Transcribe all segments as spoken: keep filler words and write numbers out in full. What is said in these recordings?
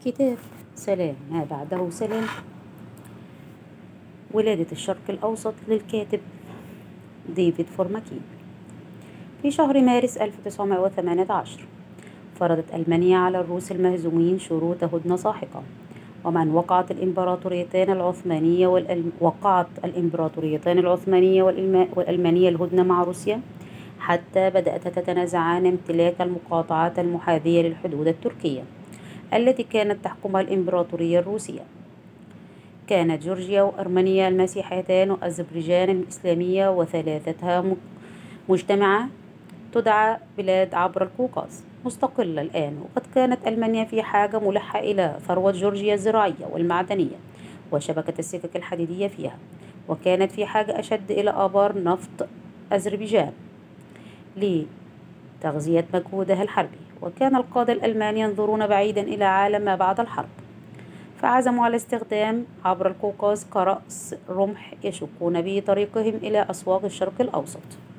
كتاب سلام ما بعده سلام، ولادة الشرق الأوسط للكاتب ديفيد فورماكين. في شهر مارس ألف وتسعمائة وثمانية عشر فرضت ألمانيا على الروس المهزومين شروط هدنة ساحقة، ومن وقعت الإمبراطوريتان العثمانية والألم... وقعت الإمبراطوريتان العثمانية والألم... والألمانية الهدنة مع روسيا، حتى بدأت تتنازعان امتلاك المقاطعات المحاذية للحدود التركية التي كانت تحكمها الإمبراطورية الروسية. كانت جورجيا وأرمينيا المسيحيتان وأذربيجان الإسلامية وثلاثتها مجتمعة تدعى بلاد عبر القوقاز مستقلة الآن، وقد كانت ألمانيا في حاجة ملحة إلى ثروة جورجيا الزراعية والمعدنية وشبكة السكك الحديدية فيها، وكانت في حاجة أشد إلى آبار نفط أذربيجان لتغذية مجهودها الحربي. وكان القادة الألمان ينظرون بعيدا إلى عالم ما بعد الحرب، فعزموا على استخدام عبر القوقاز كرأس رمح يشقون به طريقهم إلى أسواق الشرق الأوسط.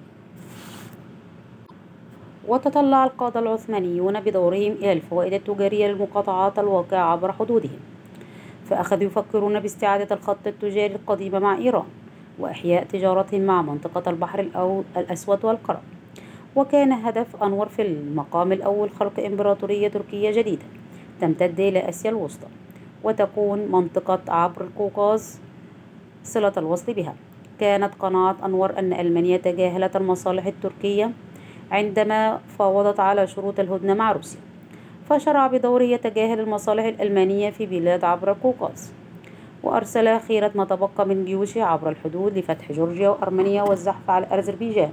وتطلع القادة العثمانيون بدورهم إلى الفوائد التجارية للمقاطعات الواقعة عبر حدودهم، فأخذوا يفكرون باستعادة الخط التجاري القديم مع إيران وإحياء تجارتهم مع منطقة البحر الأسود والقرم. وكان هدف أنور في المقام الأول خلق إمبراطورية تركية جديدة تمتد إلى آسيا الوسطى، وتكون منطقة عبر القوقاز صلة الوصل بها. كانت قناعة أنور أن ألمانيا تجاهلت المصالح التركية عندما فاوضت على شروط الهدنة مع روسيا، فشرع بدوره يتجاهل المصالح الألمانية في بلاد عبر القوقاز، وأرسل خيرة ما تبقى من جيوشه عبر الحدود لفتح جورجيا وأرمينيا والزحف على أذربيجان.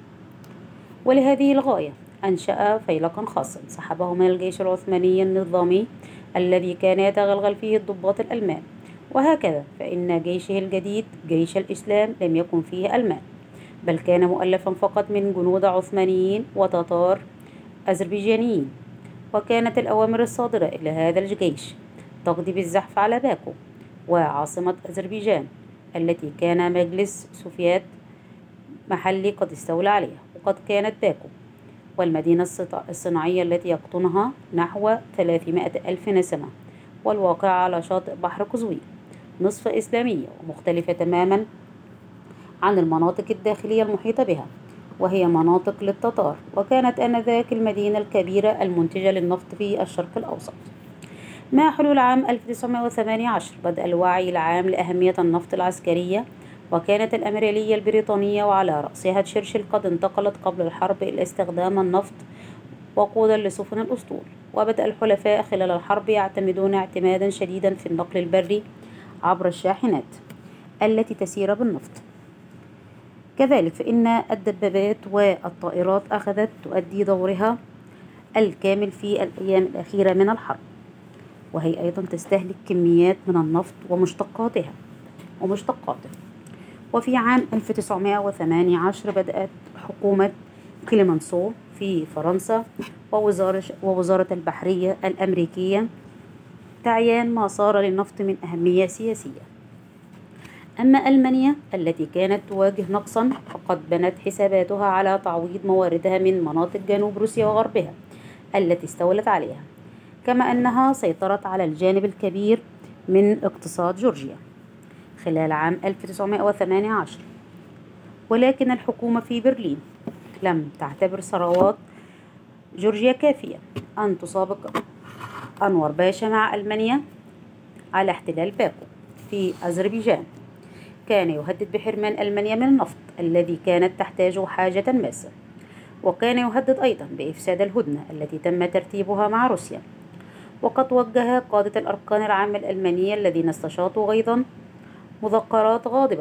ولهذه الغاية أنشأ فيلقا خاصا سحبه من الجيش العثماني النظامي الذي كان يتغلغل فيه الضباط الألمان. وهكذا فإن جيشه الجديد جيش الإسلام لم يكن فيه ألمان، بل كان مؤلفا فقط من جنود عثمانيين وتتار أذربيجانيين. وكانت الأوامر الصادرة إلى هذا الجيش تقضي بالزحف على باكو وعاصمة أذربيجان التي كان مجلس سوفيات محلي قد استولى عليها. وقد كانت باكو والمدينة الصناعية التي يقطنها نحو ثلاثمائة ألف نسمة والواقعة على شاطئ بحر قزوين نصف إسلامية ومختلفة تماما عن المناطق الداخلية المحيطة بها، وهي مناطق للتتار. وكانت آنذاك المدينة الكبيرة المنتجة للنفط في الشرق الأوسط. مع حلول عام ألف وتسعمائة وثمانية عشر بدأ الوعي العام لأهمية النفط العسكرية، وكانت الأميرالية البريطانية وعلى رأسها تشرشل قد انتقلت قبل الحرب إلى استخدام النفط وقودا لسفن الأسطول. وبدأ الحلفاء خلال الحرب يعتمدون اعتمادا شديدا في النقل البري عبر الشاحنات التي تسير بالنفط. كذلك فإن الدبابات والطائرات أخذت تؤدي دورها الكامل في الأيام الأخيرة من الحرب، وهي أيضا تستهلك كميات من النفط ومشتقاتها ومشتقاته. وفي عام ألف وتسعمائة وثمانية عشر بدأت حكومة كليمنسو في فرنسا ووزارة, ووزارة البحرية الأمريكية تعيان ما صار للنفط من أهمية سياسية. أما ألمانيا التي كانت تواجه نقصا فقد بنت حساباتها على تعويض مواردها من مناطق جنوب روسيا وغربها التي استولت عليها، كما أنها سيطرت على الجانب الكبير من اقتصاد جورجيا خلال عام ألف وتسعمائة وثمانية عشر. ولكن الحكومة في برلين لم تعتبر ثروات جورجيا كافية أن تسابق أنور باشا مع ألمانيا على احتلال باكو في أذربيجان. كان يهدد بحرمان ألمانيا من النفط الذي كانت تحتاجه حاجة ماسة، وكان يهدد أيضا بإفساد الهدنة التي تم ترتيبها مع روسيا. وقد وجه قادة الأركان العامة الألمانية الذين استشاطوا غيظا مذكرات غاضبة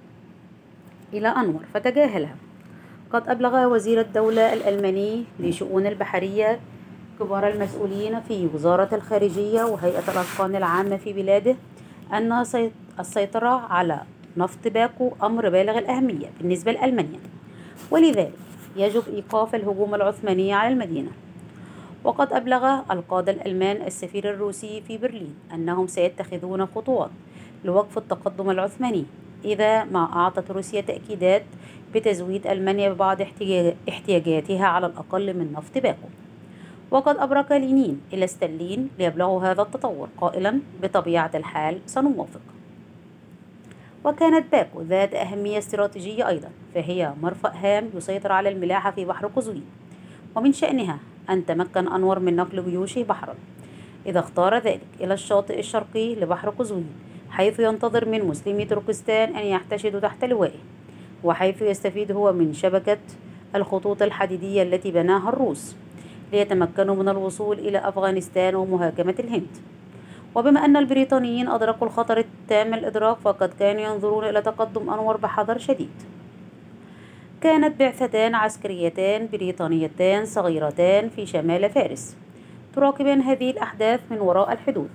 إلى أنور فتجاهلها. قد أبلغ وزير الدولة الألماني لشؤون البحرية كبار المسؤولين في وزارة الخارجية وهيئة الأركان العامة في بلاده أن السيطرة على نفط باكو أمر بالغ الأهمية بالنسبة لألمانيا، ولذلك يجب إيقاف الهجوم العثماني على المدينة. وقد أبلغ القادة الألمان السفير الروسي في برلين أنهم سيتخذون خطوات لوقف التقدم العثماني إذا ما أعطت روسيا تأكيدات بتزويد ألمانيا ببعض احتياجاتها على الأقل من نفط باكو. وقد أبرك لينين إلى ستالين ليبلغوا هذا التطور قائلا: بطبيعة الحال سنوافق. وكانت باكو ذات أهمية استراتيجية أيضا، فهي مرفأ هام يسيطر على الملاحة في بحر قزوين، ومن شأنها أن تمكن أنور من نقل جيوشه بحرا إذا اختار ذلك إلى الشاطئ الشرقي لبحر قزوين، حيث ينتظر من مسلمي تركستان أن يحتشدوا تحت لوائه، وحيث يستفيد هو من شبكة الخطوط الحديدية التي بناها الروس ليتمكنوا من الوصول إلى أفغانستان ومهاجمة الهند. وبما أن البريطانيين أدركوا الخطر التام الإدراك، فقد كانوا ينظرون إلى تقدم أنور بحذر شديد. كانت بعثتان عسكريتان بريطانيتان صغيرتان في شمال فارس تراقبان هذه الأحداث من وراء الحدود،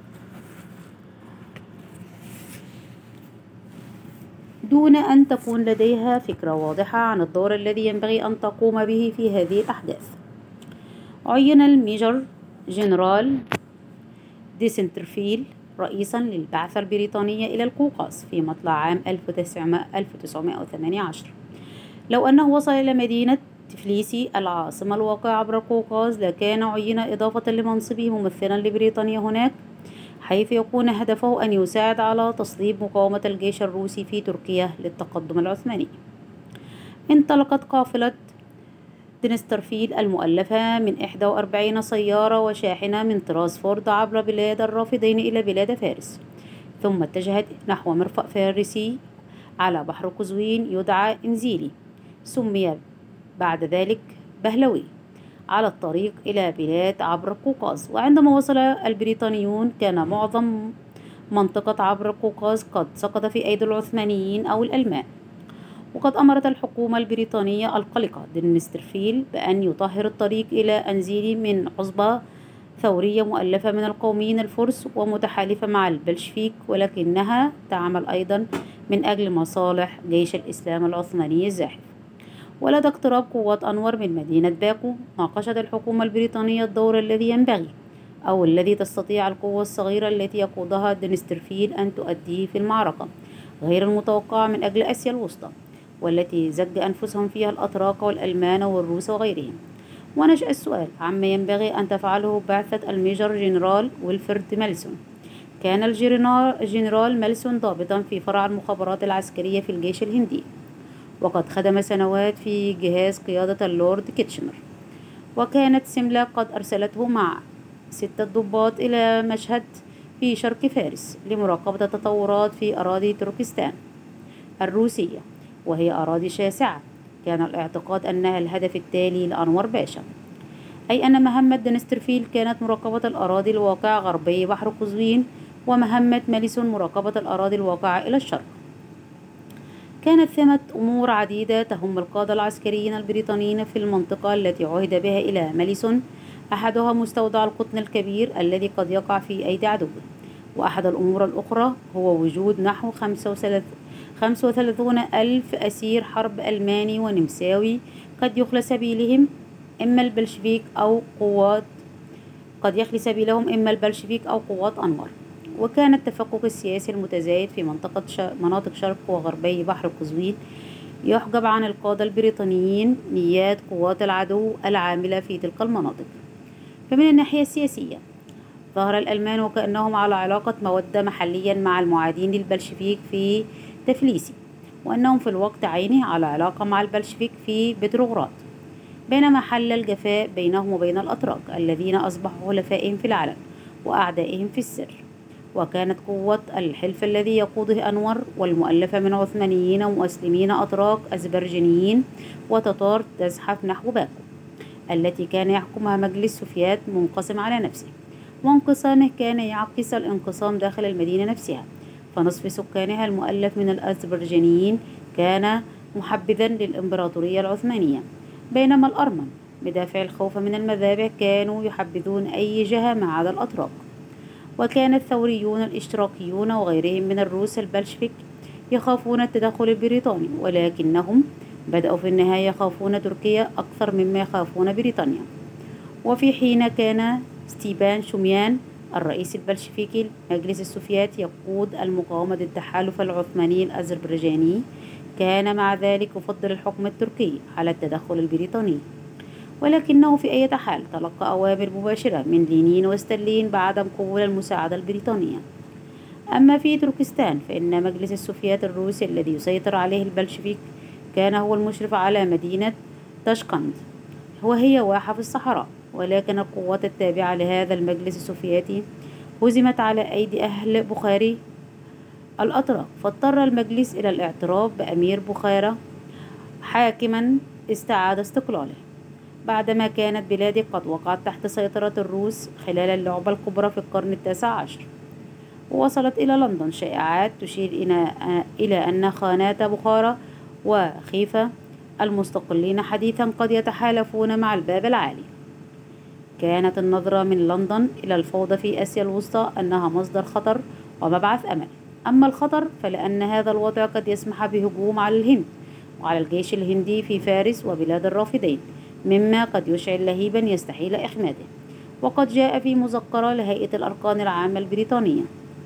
دون أن تكون لديها فكرة واضحة عن الدور الذي ينبغي أن تقوم به في هذه الأحداث. عين الميجر جنرال ديسنترفيل رئيسا للبعثة البريطانية إلى القوقاز في مطلع عام ألف وتسعمائة وثمانية عشر. لو أنه وصل إلى مدينة تفليسي العاصمة الواقعة عبر القوقاز، لكان عين إضافة لمنصبه ممثلا لبريطانيا هناك، حيث يكون هدفه أن يساعد على تصليب مقاومة الجيش الروسي في تركيا للتقدم العثماني. انطلقت قافلة دينسترفيل المؤلفة من إحدى وأربعين سيارة وشاحنة من طراز فورد عبر بلاد الرافدين إلى بلاد فارس، ثم اتجهت نحو مرفأ فارسي على بحر قزوين يدعى إنزيلي، سمي بعد ذلك بهلوي، على الطريق إلى بلاد عبر القوقاز. وعندما وصل البريطانيون كان معظم منطقة عبر القوقاز قد سقط في أيدي العثمانيين أو الألمان. وقد أمرت الحكومة البريطانية القلقة دينسترفيل بأن يطهر الطريق إلى أنزيلي من عصبة ثورية مؤلفة من القوميين الفرس ومتحالفة مع البلشفيك، ولكنها تعمل أيضا من أجل مصالح جيش الإسلام العثماني الزاحف. ولدى اقتراب قوات أنور من مدينة باكو، ناقشت الحكومة البريطانية الدور الذي ينبغي أو الذي تستطيع القوة الصغيرة التي يقودها دينسترفيل أن تؤديه في المعركة غير المتوقعة من أجل آسيا الوسطى، والتي زج أنفسهم فيها الأتراك والألمان والروس وغيرهم. ونشأ السؤال عما ينبغي أن تفعله بعثة الميجر جنرال ويلفرد ميلسون. كان الجنرال ميلسون ضابطا في فرع المخابرات العسكرية في الجيش الهندي، وقد خدم سنوات في جهاز قيادة اللورد كيتشنر. وكانت سملة قد أرسلته مع ستة ضباط إلى مشهد في شرق فارس لمراقبة التطورات في أراضي تركستان الروسية، وهي أراضي شاسعة. كان الاعتقاد أنها الهدف التالي لأنور باشا، أي أن مهمة دينسترفيل كانت مراقبة الأراضي الواقعة غربي بحر قزوين، ومهمة ميلسون مراقبة الأراضي الواقعة إلى الشرق. كانت ثمة أمور عديدة تهم القادة العسكريين البريطانيين في المنطقة التي عهد بها إلى ميلسون، أحدها مستودع القطن الكبير الذي قد يقع في أيدي عدوه. وأحد الأمور الأخرى هو وجود نحو خمسة وثلاثين ألف أسير حرب ألماني ونمساوي قد يخلى سبيلهم إما البلشفيك أو قوات قد يخلي سبيلهم إما البلشفيك أو قوات أنور. وكان التفكك السياسي المتزايد في منطقة مناطق شرق وغربي بحر قزوين يحجب عن القادة البريطانيين نيات قوات العدو العاملة في تلك المناطق. فمن الناحية السياسية ظهر الألمان وكأنهم على علاقة مودة محليا مع المعادين للبلشفيك في تفليسي، وأنهم في الوقت عينه على علاقة مع البلشفيك في بتروغراد، بينما حل الجفاء بينهم وبين الأتراك الذين أصبحوا حلفائهم في العلن وأعدائهم في السر. وكانت قوة الحلف الذي يقوده أنور والمؤلفة من عثمانيين ومسلمين أتراك أذربيجانيين وتتار تزحف نحو باكو التي كان يحكمها مجلس سوفيات منقسم على نفسه، وانقسامه كان يعكس الانقسام داخل المدينة نفسها، فنصف سكانها المؤلف من الأذربيجانيين كان محبذا للإمبراطورية العثمانية، بينما الأرمن بدافع الخوف من المذابح كانوا يحبذون أي جهة ما عدا الأتراك. وكان الثوريون الاشتراكيون وغيرهم من الروس البلشفيك يخافون التدخل البريطاني، ولكنهم بدأوا في النهاية يخافون تركيا أكثر مما يخافون بريطانيا. وفي حين كان ستيبان شوميان الرئيس البلشفيكي لمجلس السوفيات يقود المقاومة ضد التحالف العثماني الأذربيجاني، كان مع ذلك يفضل الحكم التركي على التدخل البريطاني. ولكنه في أي حال تلقى أوامر مباشرة من لينين وستالين بعدم قبول المساعدة البريطانية. أما في تركستان فإن مجلس السوفيات الروسي الذي يسيطر عليه البلشفيك كان هو المشرف على مدينة تاشقند، وهي واحة في الصحراء، ولكن القوات التابعة لهذا المجلس السوفياتي هزمت على أيدي أهل بخاري الأتراك، فاضطر المجلس إلى الاعتراف بأمير بخارى حاكما استعاد استقلاله، بعدما كانت بلاده قد وقعت تحت سيطرة الروس خلال اللعبة الكبرى في القرن التاسع عشر. ووصلت إلى لندن شائعات تشير إلى أن خانات بخارى وخيفة المستقلين حديثا قد يتحالفون مع الباب العالي. كانت النظرة من لندن إلى الفوضى في آسيا الوسطى أنها مصدر خطر ومبعث أمل. أما الخطر فلأن هذا الوضع قد يسمح بهجوم على الهند وعلى الجيش الهندي في فارس وبلاد الرافدين، مما قد يشعل لهيبا يستحيل إخماده. وقد جاء في مذكرة لهيئة الأركان العامة البريطانية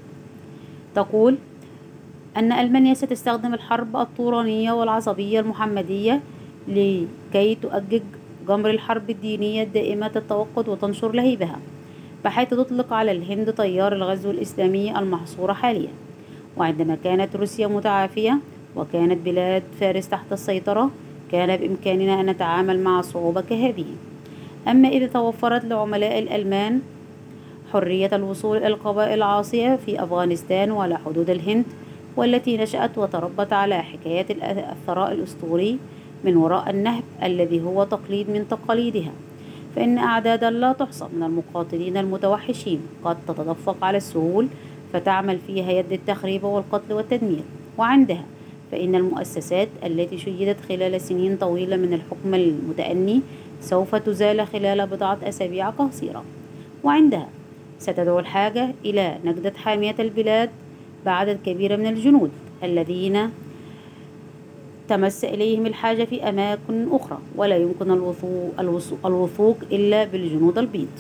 تقول أن ألمانيا ستستخدم الحرب الطورانية والعصبية المحمدية لكي تؤجج جمر الحرب الدينية الدائمة التوقد وتنشر لهيبها، بحيث تطلق على الهند تيار الغزو الإسلامي المحصور حاليا. وعندما كانت روسيا متعافية وكانت بلاد فارس تحت السيطرة كان بإمكاننا أن نتعامل مع صعوبة كهذه. أما إذا توفرت لعملاء الألمان حرية الوصول إلى القبائل العاصية في أفغانستان وعلى حدود الهند، والتي نشأت وتربت على حكاية الثراء الأسطوري من وراء النهب الذي هو تقليد من تقاليدها، فإن أعدادا لا تحصى من المقاتلين المتوحشين قد تتدفق على السهول فتعمل فيها يد التخريب والقتل والتدمير. وعندها فإن المؤسسات التي شيدت خلال سنين طويلة من الحكم المتأني سوف تزال خلال بضعة أسابيع قصيرة. وعندها ستدعو الحاجة إلى نجدة حامية البلاد بعدد كبير من الجنود الذين تمس إليهم الحاجة في أماكن أخرى، ولا يمكن الوثوق إلا بالجنود البيض.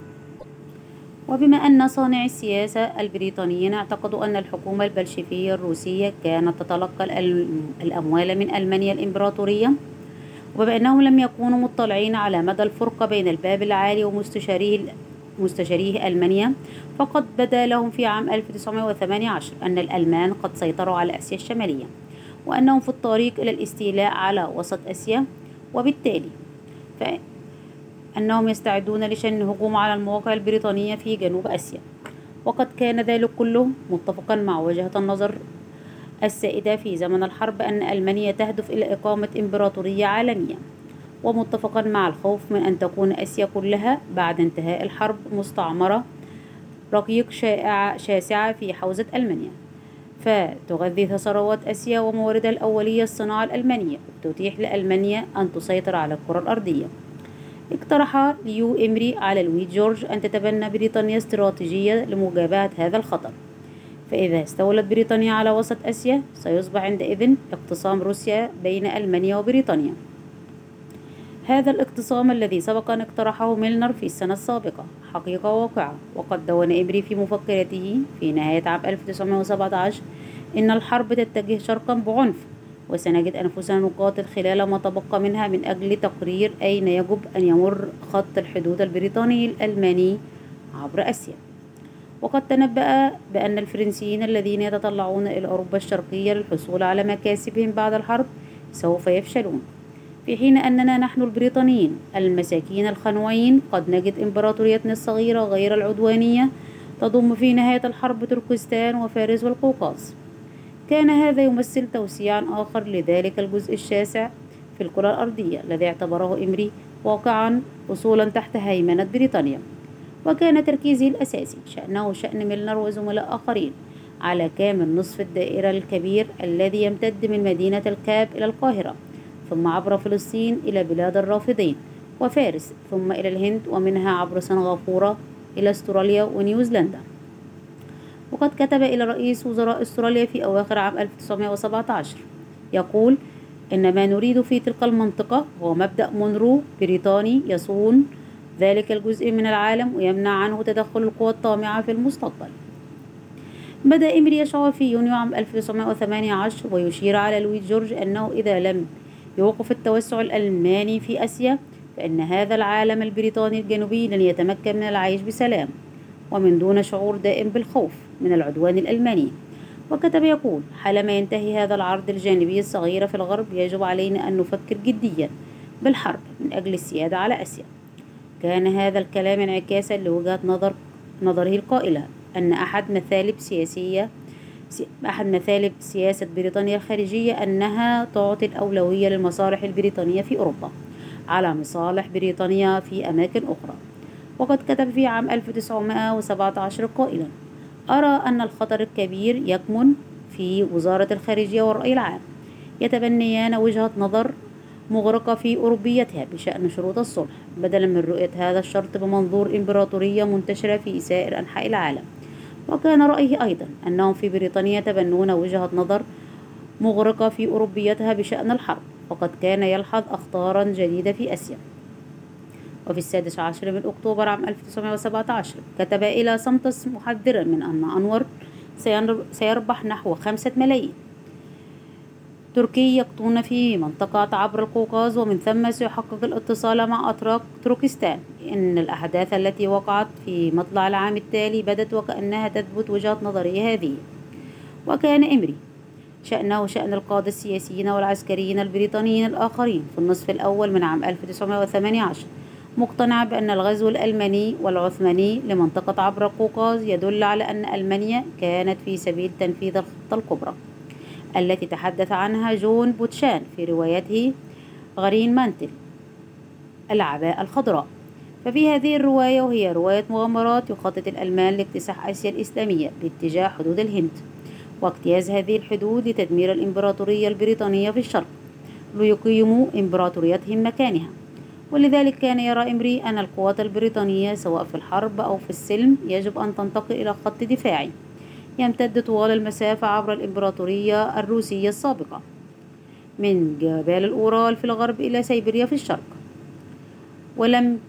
وبما أن صانعي السياسة البريطانيين اعتقدوا أن الحكومة البلشفية الروسية كانت تتلقى الأموال من ألمانيا الإمبراطورية، وبما أنهم لم يكونوا مطلعين على مدى الفرقة بين الباب العالي ومستشاريه مستشاريه ألمانيا، فقد بدا لهم في عام ألف وتسعمائة وثمانية عشر أن الألمان قد سيطروا على آسيا الشمالية، وأنهم في الطريق إلى الاستيلاء على وسط آسيا، وبالتالي فأنهم يستعدون لشن هجوم على المواقع البريطانية في جنوب آسيا. وقد كان ذلك كله متفقا مع وجهة النظر السائدة في زمن الحرب أن ألمانيا تهدف إلى إقامة إمبراطورية عالمية، ومتفقا مع الخوف من أن تكون آسيا كلها بعد انتهاء الحرب مستعمرة رقيق شاسعة في حوزة ألمانيا، فتغذي ثروات آسيا ومواردها الأولية الصناعة الألمانية، وتتيح لألمانيا أن تسيطر على الكرة الأرضية. اقترح ليو إمري على لويس جورج أن تتبنى بريطانيا استراتيجية لمجابهة هذا الخطر، فإذا استولت بريطانيا على وسط آسيا سيصبح عندئذ اقتسام روسيا بين ألمانيا وبريطانيا. هذا الاقتسام الذي سبق أن اقترحه ميلنر في السنة السابقة حقيقة واقعة، وقد دون إمري في مفكرته في نهاية عام ألف وتسعمائة وسبعة عشر إن الحرب تتجه شرقا بعنف، وسنجد أنفسنا نقاتل خلال ما تبقى منها من أجل تقرير أين يجب أن يمر خط الحدود البريطاني الألماني عبر آسيا. وقد تنبأ بأن الفرنسيين الذين يتطلعون إلى أوروبا الشرقية للحصول على مكاسبهم بعد الحرب سوف يفشلون، في حين أننا نحن البريطانيين المساكين الخنوعين قد نجد إمبراطوريتنا الصغيرة غير العدوانية تضم في نهاية الحرب تركستان وفارس والقوقاز. كان هذا يمثل توسيعا آخر لذلك الجزء الشاسع في الكرة الأرضية الذي اعتبره إمري واقعا وصولا تحت هيمنة بريطانيا، وكان تركيزه الأساسي شأنه شأن ميلنر وزملاء آخرين على كامل نصف الدائرة الكبير الذي يمتد من مدينة الكاب إلى القاهرة، ثم عبر فلسطين إلى بلاد الرافدين وفارس، ثم إلى الهند، ومنها عبر سنغافورة إلى أستراليا ونيوزيلندا. وقد كتب إلى رئيس وزراء أستراليا في أواخر عام ألف وتسعمائة وسبعة عشر يقول إن ما نريد في تلك المنطقة هو مبدأ مونرو بريطاني يصون ذلك الجزء من العالم ويمنع عنه تدخل القوى الطامعة في المستقبل. بدأ إمري يشعر في يونيو عام ألف وتسعمائة وثمانية عشر ويشير على لويس جورج أنه إذا لم يوقف التوسع الألماني في آسيا فإن هذا العالم البريطاني الجنوبي لن يتمكن من العيش بسلام ومن دون شعور دائم بالخوف من العدوان الألماني. وكتب يقول: حالما ينتهي هذا العرض الجانبي الصغير في الغرب، يجب علينا أن نفكر جديا بالحرب من أجل السيادة على آسيا. كان هذا الكلام انعكاسا لوجهة نظر نظره القائلة أن أحد مثالب سياسية أحد مثالب سياسة بريطانيا الخارجية أنها تعطي الأولوية للمصالح البريطانية في أوروبا على مصالح بريطانيا في أماكن أخرى. وقد كتب في عام ألف وتسعمائة وسبعة عشر قائلا: أرى أن الخطر الكبير يكمن في وزارة الخارجية والرأي العام، يتبنيان وجهة نظر مغرقة في أوروبيتها بشأن شروط الصلح، بدلا من رؤية هذا الشرط بمنظور إمبراطورية منتشرة في سائر أنحاء العالم. وكان رأيه أيضا أنهم في بريطانيا يتبنون وجهة نظر مغرقة في أوروبيتها بشأن الحرب، وقد كان يلحظ أخطارا جديدة في آسيا. وفي السادس عشر من أكتوبر عام ألف وتسعمائة وسبعة عشر كتب إلى سمتس محذرا من أن أنور سيربح نحو خمسة ملايين تركي يقطون في منطقة عبر القوقاز، ومن ثم سيحقق الاتصال مع أتراك تركستان. إن الأحداث التي وقعت في مطلع العام التالي بدت وكأنها تثبت وجهة نظري هذه. وكان إمري شأنه شأن القادة السياسيين والعسكريين البريطانيين الآخرين في النصف الأول من عام ألف وتسعمائة وثمانية عشر، مقتنع بأن الغزو الألماني والعثماني لمنطقة عبر القوقاز يدل على أن ألمانيا كانت في سبيل تنفيذ الخطة الكبرى التي تحدث عنها جون بوتشان في روايته غرين مانتل العباءة الخضراء. ففي هذه الرواية، وهي رواية مغامرات، يخطط الألمان لاكتساح آسيا الإسلامية باتجاه حدود الهند واجتياز هذه الحدود لتدمير الإمبراطورية البريطانية في الشرق ليقيموا إمبراطوريتهم مكانها. ولذلك كان يرى إمري أن القوات البريطانية سواء في الحرب أو في السلم يجب أن تنتقل إلى خط دفاعي يمتد طوال المسافة عبر الإمبراطورية الروسية السابقة من جبال الأورال في الغرب إلى سيبيريا في الشرق. ولم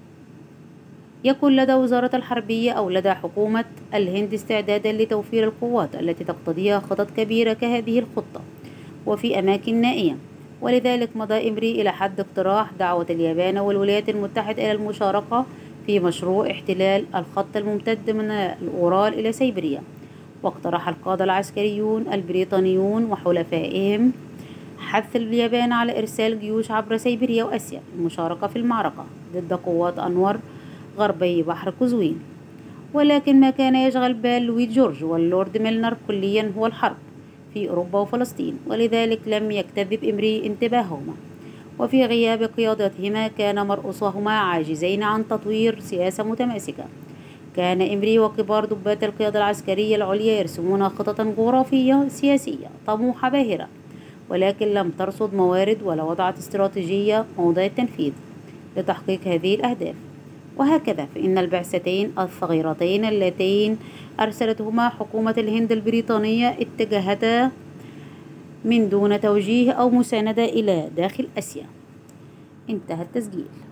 يكن لدى وزارة الحربية أو لدى حكومة الهند استعدادا لتوفير القوات التي تقتضيها خطط كبيرة كهذه الخطة وفي أماكن نائية. ولذلك مضى إمري إلى حد اقتراح دعوة اليابان والولايات المتحدة إلى المشاركة في مشروع احتلال الخط الممتد من الأورال إلى سيبيريا. واقترح القادة العسكريون البريطانيون وحلفائهم حث اليابان على إرسال جيوش عبر سيبيريا وآسيا للمشاركة في المعركة ضد قوات أنور غربي بحر قزوين. ولكن ما كان يشغل بال لويد جورج واللورد ميلنر كليا هو الحرب في أوروبا وفلسطين، ولذلك لم يجتذب إمري انتباههما. وفي غياب قيادتهما كان مرؤوسهما عاجزين عن تطوير سياسة متماسكة. كان إمري وكبار ضباط القيادة العسكرية العليا يرسمون خططا جغرافية سياسية طموحة باهرة، ولكن لم ترصد موارد ولا وضعت استراتيجية موضع التنفيذ لتحقيق هذه الأهداف. وهكذا فإن البعثتين الصغيرتين اللتين أرسلتهما حكومة الهند البريطانية اتجهتا من دون توجيه أو مساندة إلى داخل آسيا. انتهى التسجيل.